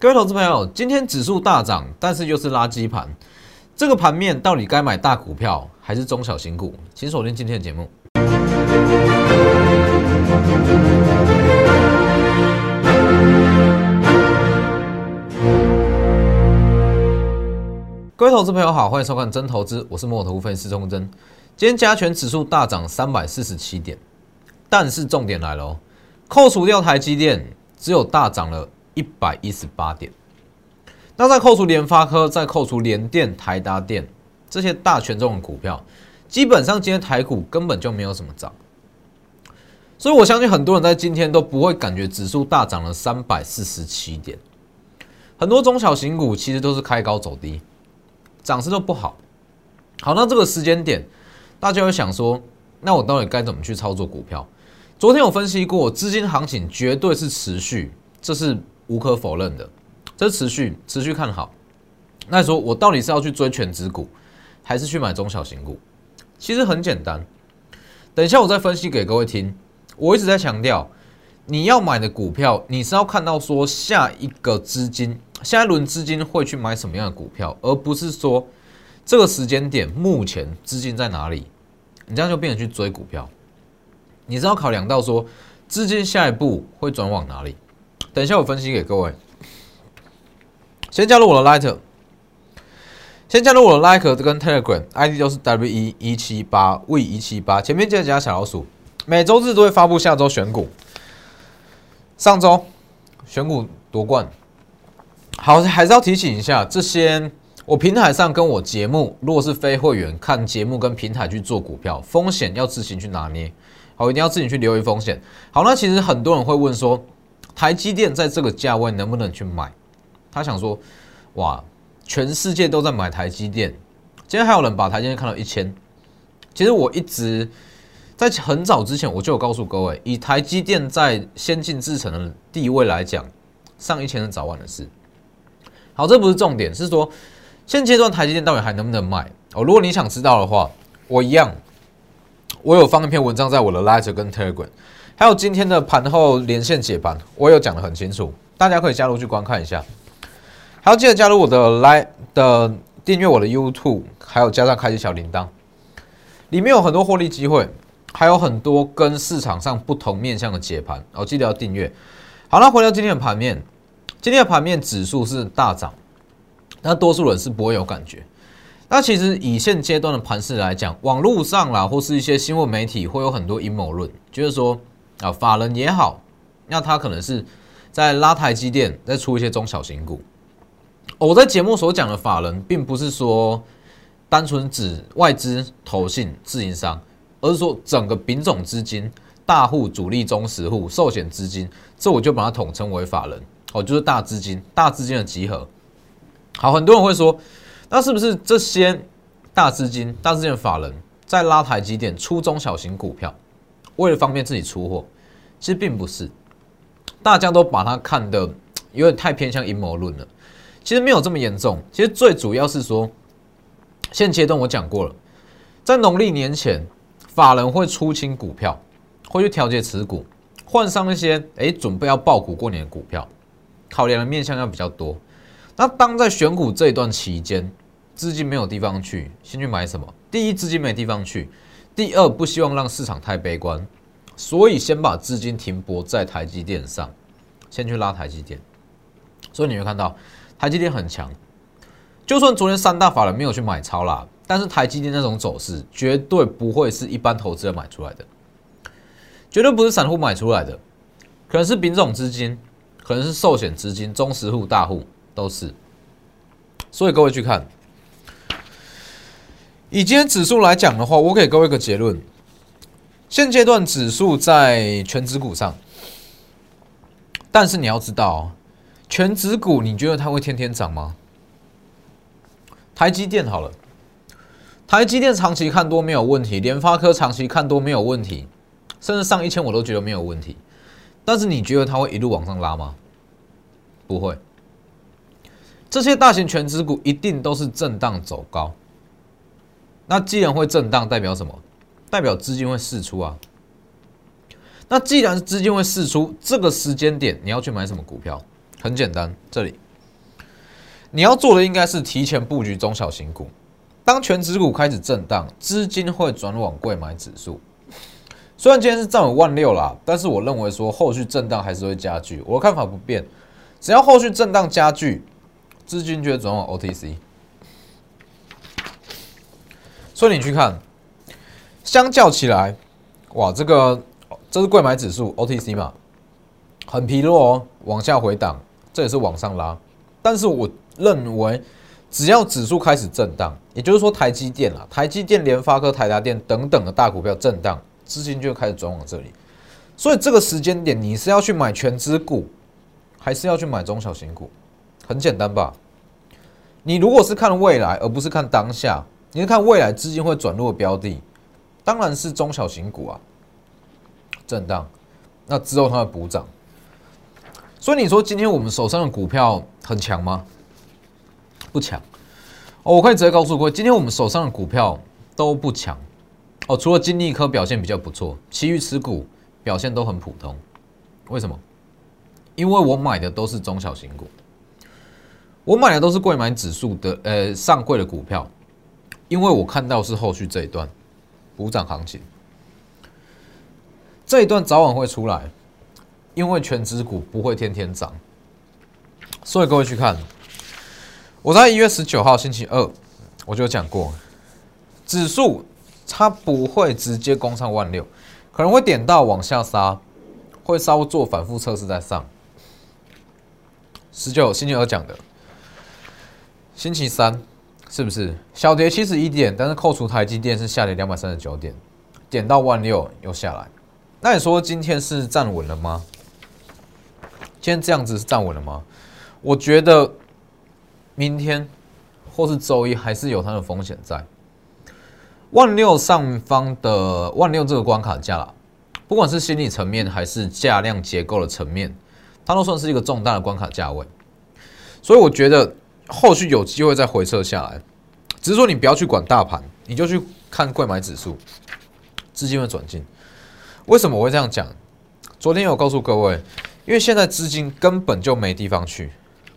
各位投资朋友，今天指数大涨，但是又是垃圾盘，这个盘面到底该买大股票还是中小型股？请锁定今天的节目。各位投资朋友好，欢迎收看真投资，我是摩尔投顾分析师钟真。今天加权指数大涨347点，但是重点来了哦，扣除掉台积电，只有大涨了118点。那再扣除联发科，再扣除联电、台达电这些大权重的股票，基本上今天台股根本就没有什么涨。所以我相信很多人在今天都不会感觉指数大涨了347点。很多中小型股其实都是开高走低，涨势都不好。好，那这个时间点，大家会想说，那我到底该怎么去操作股票？昨天有分析过，资金行情绝对是持续，这是无可否认的，这是持续看好。那你说我到底是要去追全指股，还是去买中小型股？其实很简单，等一下我再分析给各位听。我一直在强调，你要买的股票，你是要看到说下一轮资金会去买什么样的股票，而不是说这个时间点目前资金在哪里，你这样就变成去追股票。你是要考量到说资金下一步会转往哪里。等一下我分析给各位。先加入我的 Line， 跟 Telegram ID 都是 W178V178，前面记得加小老鼠。每周日都会发布下周选股。上周选股夺冠，好，还是要提醒一下这些我平台上跟我节目，如果是非会员看节目跟平台去做股票，风险要自行去拿捏。好，一定要自己去留意风险。好，那其实很多人会问说，台积电在这个价位能不能去买？他想说，哇，全世界都在买台积电，今天还有人把台积电看到1000。其实我一直在很早之前我就有告诉各位，以台积电在先进制程的地位来讲，上1000是早晚的事。好，这不是重点，是说现阶段台积电到底还能不能卖？哦，如果你想知道的话，我有放一篇文章在我的 Line 跟 Telegram， 还有今天的盘后连线解盘，我有讲得很清楚，大家可以加入去观看一下。还要记得加入我的 Line 的订阅我的 YouTube， 还有加上开启小铃铛，里面有很多获利机会，还有很多跟市场上不同面向的解盘，记得要订阅。好，那回到今天的盘面，今天的盘面指数是大涨，那多数人是不会有感觉。那其实以现阶段的盘势来讲，网络上啦，或是一些新闻媒体会有很多阴谋论，就是说法人也好，那他可能是在拉台积电，再出一些中小型股。我在节目所讲的法人，并不是说单纯指外资、投信、自营商，而是说整个品种资金、大户、主力、中实户、寿险资金，这我就把它统称为法人。就是大资金的集合。好，很多人会说，那是不是这些大资金的法人在拉台积电出中小型股票，为了方便自己出货？其实并不是，大家都把它看得有点太偏向阴谋论了。其实没有这么严重，其实最主要是说，现阶段我讲过了，在农历年前，法人会出清股票，会去调节持股，换上一些准备要爆股过年的股票，考量的面向要比较多。那当在选股这一段期间，资金没有地方去，先去买什么？第一，资金没地方去；第二，不希望让市场太悲观，所以先把资金停泊在台积电上，先去拉台积电。所以你会看到台积电很强，就算昨天三大法人没有去买超啦，但是台积电那种走势绝对不会是一般投资人买出来的，绝对不是散户买出来的，可能是品种资金，可能是寿险资金、中实户、大户都是。所以各位去看，以今天指数来讲的话，我给各位一个结论：现阶段指数在全指股上，但是你要知道，全指股你觉得它会天天涨吗？台积电好了，台积电长期看多没有问题，联发科长期看多没有问题，甚至上1000我都觉得没有问题。但是你觉得它会一路往上拉吗？不会。这些大型全指股一定都是震荡走高。那既然会震荡，代表什么？代表资金会释出啊。那既然资金会释出，这个时间点你要去买什么股票？很简单，这里你要做的应该是提前布局中小型股。当全指股开始震荡，资金会转往贵买指数。虽然今天是站稳16000啦，但是我认为说后续震荡还是会加剧。我的看法不变，只要后续震荡加剧，资金就会转往 OTC。所以你去看，相较起来，哇，这是贵买指数 OTC 嘛，很疲弱哦，往下回档，这也是往上拉。但是我认为，只要指数开始震荡，也就是说台积电啦、台积电、联发科、台达电等等的大股票震荡，资金就会开始转往这里。所以这个时间点，你是要去买全指股，还是要去买中小型股？很简单吧？你如果是看未来，而不是看当下，你是看未来资金会转入的标的，当然是中小型股啊。震荡，那之后它会补涨。所以你说今天我们手上的股票很强吗？不强。我可以直接告诉各位，今天我们手上的股票都不强。除了金利科表现比较不错，其余持股表现都很普通。为什么？因为我买的都是中小型股，我买的都是贵买指数的上柜的股票，因为我看到是后续这一段补涨行情，这一段早晚会出来。因为全指股不会天天涨，所以各位去看，我在1月19号星期二我就讲过，指数它不会直接攻上16000，可能会点到往下杀，会稍作反复测试再上。19星期二讲的，星期三是不是小跌71点，但是扣除台积电是下跌239点，点到16000又下来。那你说今天是站稳了吗？今天这样子是站稳了吗？我觉得明天或是周一还是有它的风险在。16000上方的16000这个关卡价啦，不管是心理层面还是价量结构的层面，它都算是一个重大的关卡价位。所以我觉得后续有机会再回撤下来，只是说你不要去管大盘，你就去看贵买指数，资金会转进。为什么我会这样讲？昨天有告诉各位，因为现在资金根本就没地方去，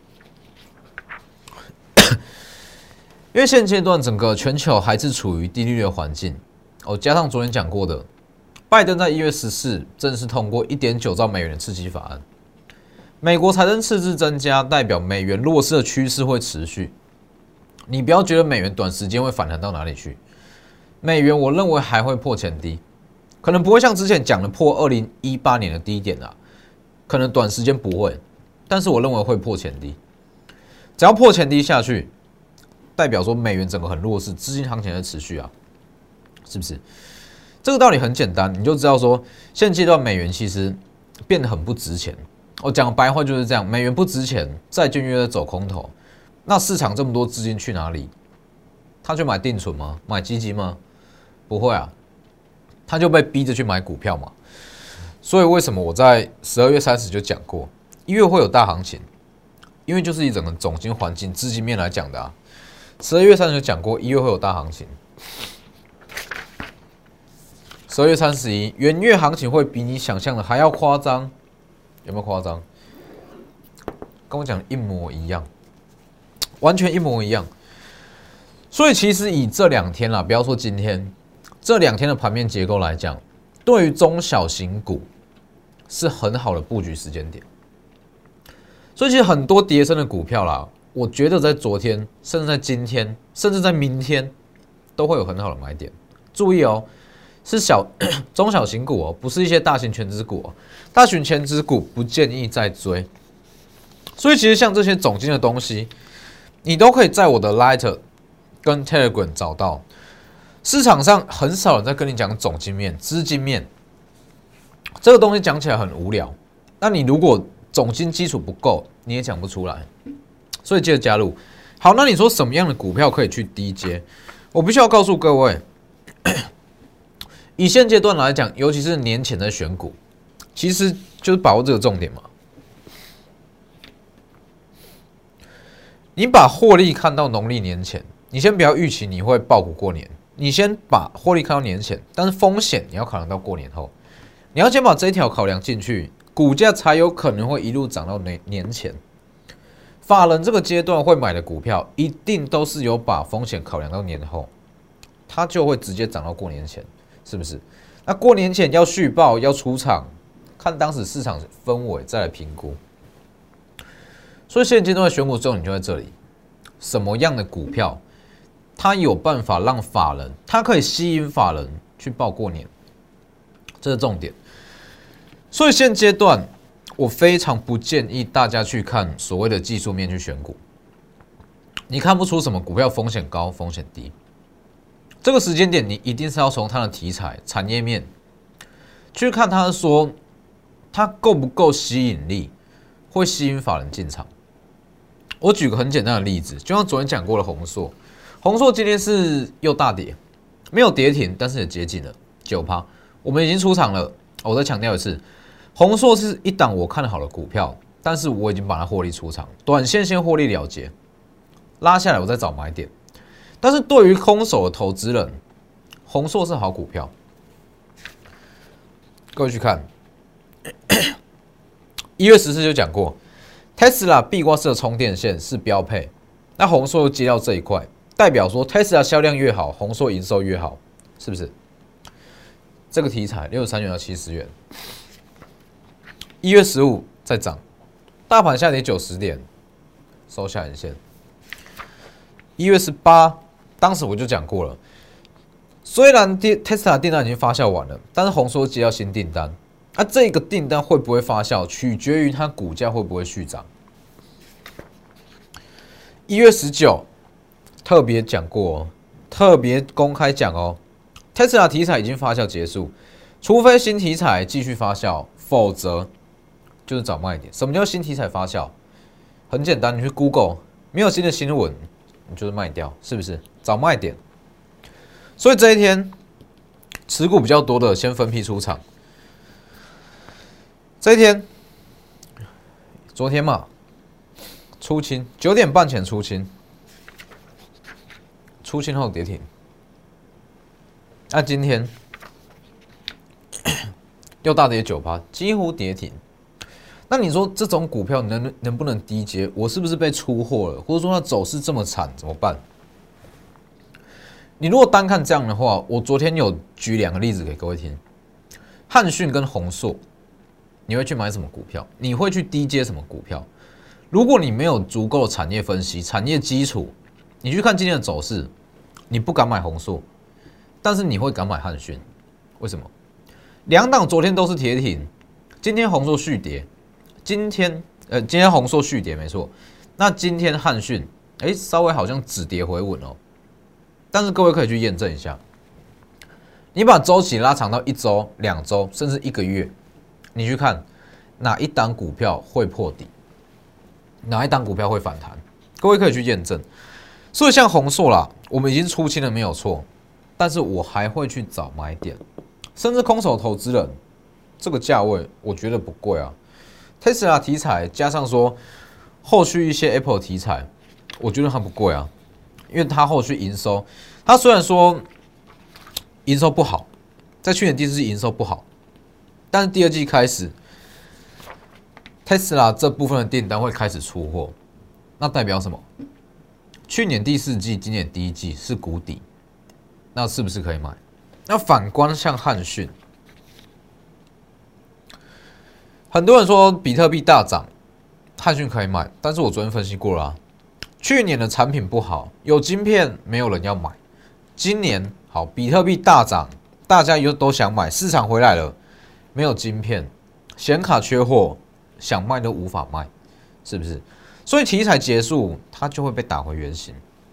因为现阶段整个全球还是处于低利率的环境加上昨天讲过的，拜登在1月14正式通过1.9兆美元的刺激法案，美国财政赤字增加，代表美元弱势的趋势会持续。你不要觉得美元短时间会反弹到哪里去，美元我认为还会破前低。可能不会像之前讲的破2018年的低点啊，可能短时间不会，但是我认为会破前低。只要破前低下去，代表说美元整个很弱势，资金行情在持续啊，是不是？这个道理很简单，你就知道说现阶段美元其实变得很不值钱。我讲白话就是这样，美元不值钱，债券又在走空头，那市场这么多资金去哪里？他去买定存吗？买基金吗？不会啊。他就被逼着去买股票嘛，所以为什么我在12月30就讲过，1月会有大行情，因为就是以整个总经环境、资金面来讲的啊。12月30就讲过，1月会有大行情。12月31，元月行情会比你想象的还要夸张，有没有夸张？跟我讲的一模一样，完全一模一样。所以其实以这2天啦，不要说今天。这2天的盘面结构来讲，对于中小型股是很好的布局时间点。所以其实很多跌升的股票啦，我觉得在昨天，甚至在今天，甚至在明天，都会有很好的买点。注意哦，是中小型股不是一些大型全指股大型全指股不建议再追。所以其实像这些总经的东西，你都可以在我的 Light 跟 Telegram 找到。市场上很少人在跟你讲总经面、资金面，这个东西讲起来很无聊。那你如果总经基础不够，你也讲不出来。所以记得加入。好，那你说什么样的股票可以去低接？我必须要告诉各位，以现阶段来讲，尤其是年前的选股，其实就是把握这个重点嘛。你把获利看到农历年前，你先不要预期你会爆股过年。你先把获利看到年前，但是风险你要考量到过年后，你要先把这一条考量进去，股价才有可能会一路涨到年前。 法人这个阶段会买的股票，一定都是有把风险考量到年后，它就会直接涨到过年前，是不是？那过年前要续报要出场，看当时市场氛围再来评估。所以现阶段的选股重点就在这里，什么样的股票，它有办法让法人，它可以吸引法人去报过年，这是重点。所以现阶段，我非常不建议大家去看所谓的技术面去选股，你看不出什么股票风险高、风险低。这个时间点，你一定是要从它的题材、产业面去看它，说它够不够吸引力，会吸引法人进场。我举个很简单的例子，就像昨天讲过的宏硕，宏硕今天是又大跌，没有跌停，但是也接近了9%，我们已经出场了。我再强调一次，宏硕是一档我看好的股票，但是我已经把它获利出场，短线先获利了结，拉下来我再找买点。但是对于空手的投资人，宏硕是好股票。各位去看，1月14就讲过 ，Tesla 壁挂式的充电线是标配，那宏硕又接到这一块，代表说 Tesla 销量越好，宏硕营收越好，是不是？这个题材63元到70元，1月15再涨，大盘下跌90点，收下影线。1月18，当时我就讲过了，虽然 Tesla 订单已经发酵完了，但是宏硕接到新订单，这个订单会不会发酵，取决于它股价会不会续涨。1月19，特别讲过，特别公开讲哦。Tesla 题材已经发酵结束，除非新题材继续发酵，否则就是找卖点。什么叫新题材发酵？很简单，你去 Google， 没有新的新闻，你就是卖掉，是不是？找卖点。所以这一天持股比较多的先分批出场。这一天，昨天嘛，出清9点半前出清，出清后跌停。今天又大跌9%，几乎跌停。那你说这种股票能不能低接？我是不是被出货了？或者说它走势这么惨怎么办？你如果单看这样的话，我昨天有举2个例子给各位听，汉讯跟宏硕，你会去买什么股票？你会去低接什么股票？如果你没有足够的产业分析、产业基础，你去看今天的走势，你不敢买宏硕，但是你会敢买汉讯，为什么？2档昨天都是跌停，今天宏硕续跌，今天宏硕续跌没错，那今天汉讯稍微好像止跌回稳哦，但是各位可以去验证一下，你把周期拉长到1周、2周，甚至1个月，你去看哪一档股票会破底，哪一档股票会反弹，各位可以去验证。所以像宏硕啦，我们已经出清了没有错，但是我还会去找买点，甚至空手投资人这个价位我觉得不贵啊。Tesla 题材加上说后续一些 Apple 题材，我觉得它不贵啊，因为它后续营收，它虽然说营收不好，在去年第4季营收不好，但是第2季开始 Tesla 这部分的订单会开始出货，那代表什么？去年第4季、今年第1季是谷底，那是不是可以买？那反观像汉讯，很多人说比特币大涨，汉讯可以买，但是我昨天分析过了去年的产品不好，有晶片没有人要买，今年好，比特币大涨，大家又都想买，市场回来了，没有晶片，显卡缺货，想卖都无法卖，是不是？所以题材结束，它就会被打回原形。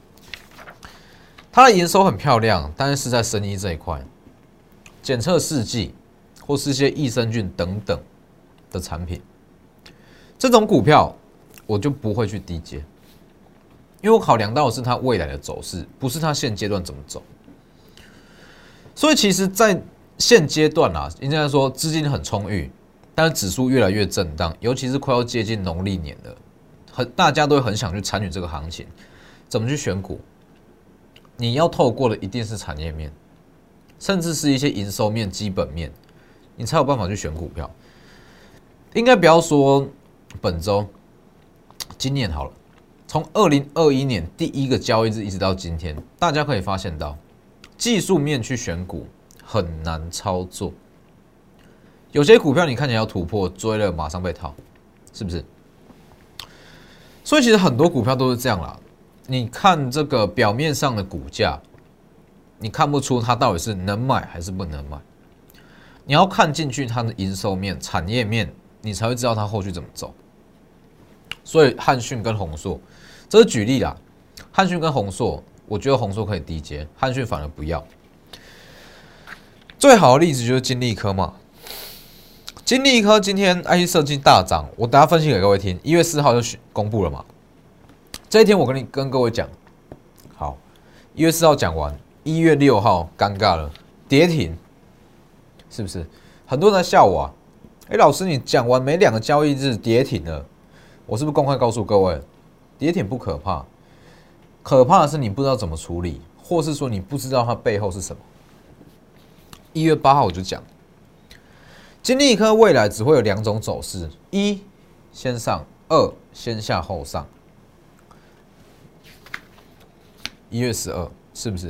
它的营收很漂亮，但是在生医这一块，检测试剂或是一些益生菌等等的产品，这种股票我就不会去低接，因为我考量到的是它未来的走势，不是它现阶段怎么走。所以其实，在现阶段应该说资金很充裕，但是指数越来越震荡，尤其是快要接近农历年了，大家都会很想去参与这个行情。怎么去选股？你要透过的一定是产业面，甚至是一些营收面、基本面，你才有办法去选股票。应该不要说本周、今年好了， 从2021年第一个交易日一直到今天，大家可以发现到，技术面去选股很难操作。有些股票你看起来要突破，追了马上被套，是不是？所以其实很多股票都是这样啦。你看这个表面上的股价，你看不出它到底是能买还是不能买。你要看进去它的营收面、产业面，你才会知道它后续怎么走。所以汉讯跟宏硕，这是举例啦。汉讯跟宏硕，我觉得宏硕可以低接，汉讯反而不要。最好的例子就是金利科嘛。金利科今天 IC 设计大涨，我等下分析给各位听。1月4号就公布了嘛。这一天我跟各位讲，好，1月4号讲完，1月6号尴尬了，跌停，是不是？很多人在笑我啊，老师你讲完没2个交易日跌停了，我是不是公开告诉各位，跌停不可怕，可怕的是你不知道怎么处理，或是说你不知道它背后是什么。1月8号我就讲。金利科未来只会有2种走势：一先上，2先下后上。1月12是不是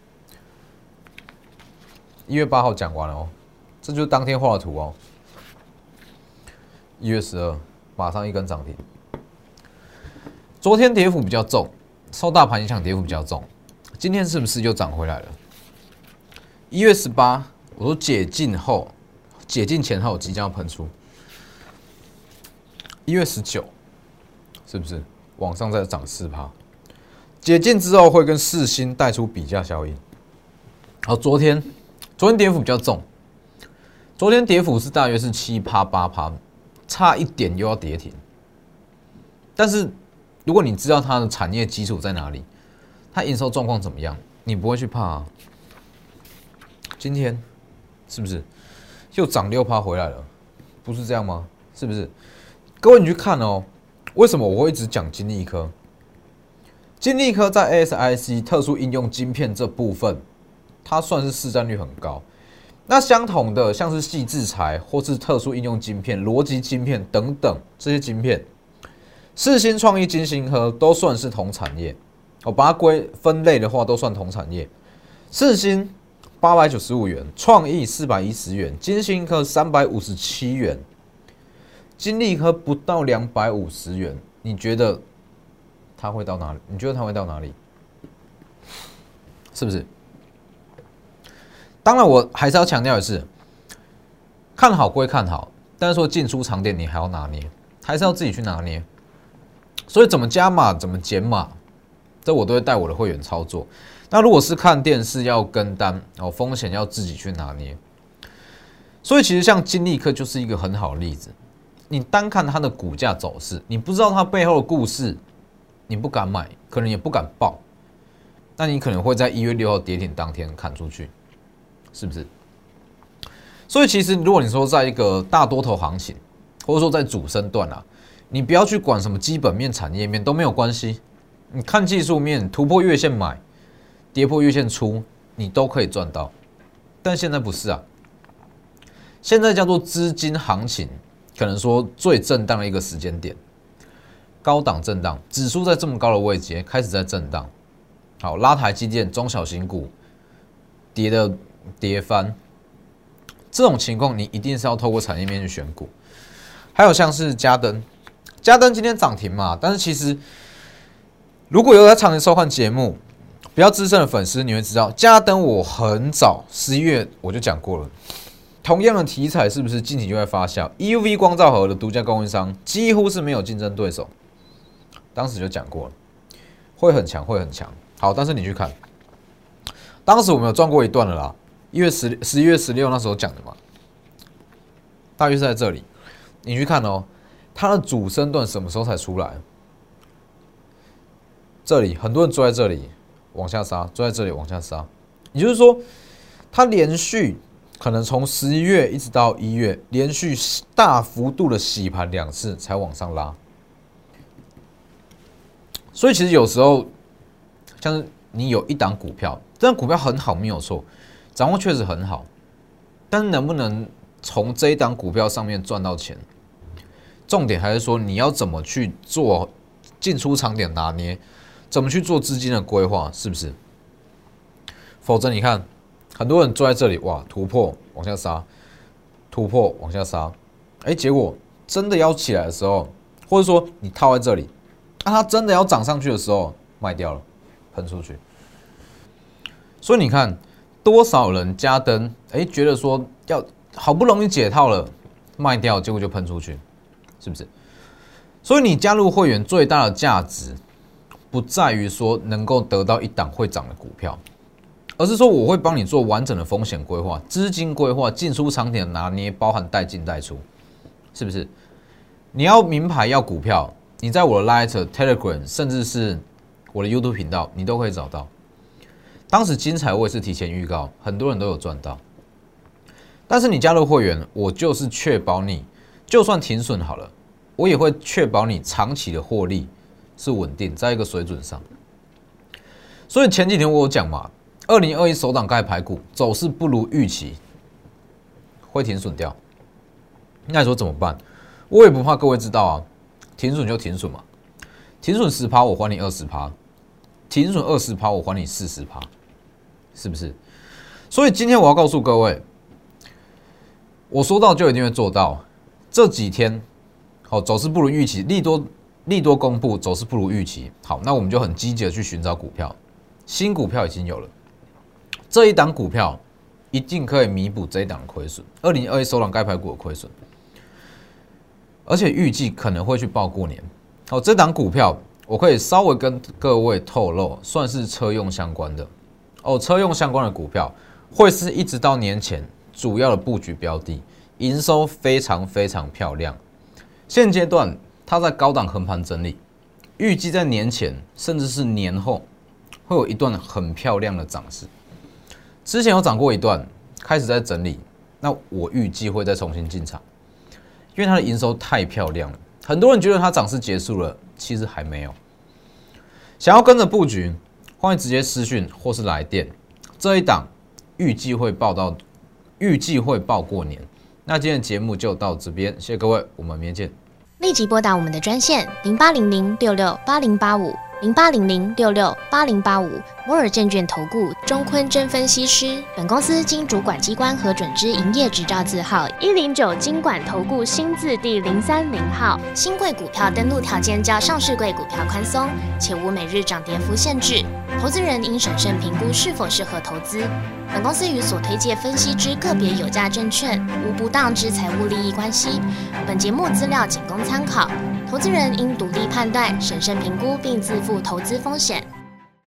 ？1月8号讲完了哦，这就是当天画的图哦。1月12马上一根涨停。昨天跌幅比较重，受大盘影响跌幅比较重，今天是不是又涨回来了？1月18我说解禁前后即将要喷出。1月19是不是往上再涨4%？解禁之后会跟世芯带出比价效应。好，昨天跌幅比较重，昨天跌幅是大约是7%、8%，差一点又要跌停。但是如果你知道它的产业基础在哪里，它营收状况怎么样，你不会去怕啊。今天是不是又涨6%回来了？不是这样吗？是不是？各位你去看哦，为什么我会一直讲金利科？金利科在 ASIC 特殊应用晶片这部分，它算是市占率很高。那相同的，像是矽智财或是特殊应用晶片、逻辑晶片等等这些晶片，世芯、创意、金星科都算是同产业。我把它分类的话，都算同产业。世芯895元，创意410元，金星科357元，金利科不到250元，你觉得它会到哪里？你觉得它会到哪里？是不是？当然，我还是要强调的是，看好归看好，但是说进出场点你还要拿捏，还是要自己去拿捏。所以怎么加码，怎么减码，这我都会带我的会员操作。那如果是看电视要跟单，风险要自己去拿捏。所以其实像金利科就是一个很好的例子。你单看它的股价走势，你不知道它背后的故事，你不敢买，可能也不敢报。那你可能会在1月6号跌停当天砍出去，是不是？所以其实如果你说在一个大多头行情，或者说在主升段啊，你不要去管什么基本面、产业面都没有关系。你看技术面，突破月线买，跌破月线出，你都可以赚到。但现在不是啊，现在叫做资金行情，可能说最震荡的一个时间点，高档震荡，指数在这么高的位阶开始在震荡。好，拉台积电、中小型股跌翻，这种情况你一定是要透过产业面去选股。还有像是嘉登今天涨停嘛，但是其实如果有在长期收看节目，比较资深的粉丝你会知道，嘉登我很早11月我就讲过了，同样的题材是不是近期就在发酵 ？EUV 光罩盒的独家供应商几乎是没有竞争对手，当时就讲过了，会很强。好，但是你去看，当时我们有赚过一段了啦，11月16那时候讲的嘛，大约是在这里。你去看哦，它的主升段什么时候才出来？这里很多人追在这里往下杀，追在这里往下杀，也就是说，它连续可能从11月一直到1月，连续大幅度的洗盘2次才往上拉。所以其实有时候，像是你有一档股票，这档股票很好没有错，掌握确实很好，但是能不能从这一档股票上面赚到钱？重点还是说你要怎么去做进出场点拿捏，怎么去做资金的规划，是不是？否则你看，很多人坐在这里，哇，突破往下杀，突破往下杀，结果真的要起来的时候，或者说你套在这里，它真的要涨上去的时候，卖掉了，喷出去。所以你看，多少人加灯，觉得说要好不容易解套了，卖掉，结果就喷出去，是不是？所以你加入会员最大的价值，不在于说能够得到一档会涨的股票，而是说我会帮你做完整的风险规划、资金规划、进出场点的拿捏，包含带进带出，是不是？你要名牌要股票，你在我的 Light、Telegram， 甚至是我的 YouTube 频道，你都可以找到。当时精彩我也是提前预告，很多人都有赚到。但是你加入会员，我就是确保你，就算停损好了，我也会确保你长期的获利是稳定在一个水准上。所以前几天我有讲嘛，2021首档盖牌股走势不如预期，会停损掉。那你说怎么办？我也不怕各位知道啊，停损就停损嘛，停损10%我还你20%，停损20%我还你40%，是不是？所以今天我要告诉各位，我说到就一定会做到。这几天好，走势不如预期，利多公布，走势不如预期。好，那我们就很积极的去寻找股票，新股票已经有了，这一档股票一定可以弥补这一档的亏损，2021首档盖牌股的亏损，而且预计可能会去报过年。好，这档股票我可以稍微跟各位透露，算是车用相关的车用相关的股票会是一直到年前主要的布局标的，营收非常非常漂亮。现阶段它在高档横盘整理，预计在年前甚至是年后会有一段很漂亮的涨势。之前有涨过一段，开始在整理，那我预计会再重新进场，因为它的营收太漂亮了。很多人觉得它涨势结束了，其实还没有。想要跟着布局，欢迎直接私讯或是来电。这一档预计会报过年。那今天的节目就到这边，谢谢各位，我们明天见。 立即拨打我们的专线0800668085，0800668085，摩尔证券投顾钟坤真分析师。本公司经主管机关核准之营业执照字号109金管投顾新字第030号。新贵股票登录条件较上市贵股票宽松，且无每日涨跌幅限制。投资人应审慎评估是否适合投资。本公司与所推介分析之个别有价证券无不当之财务利益关系。本节目资料仅供参考，投资人应独立判断、审慎评估并自负投资风险。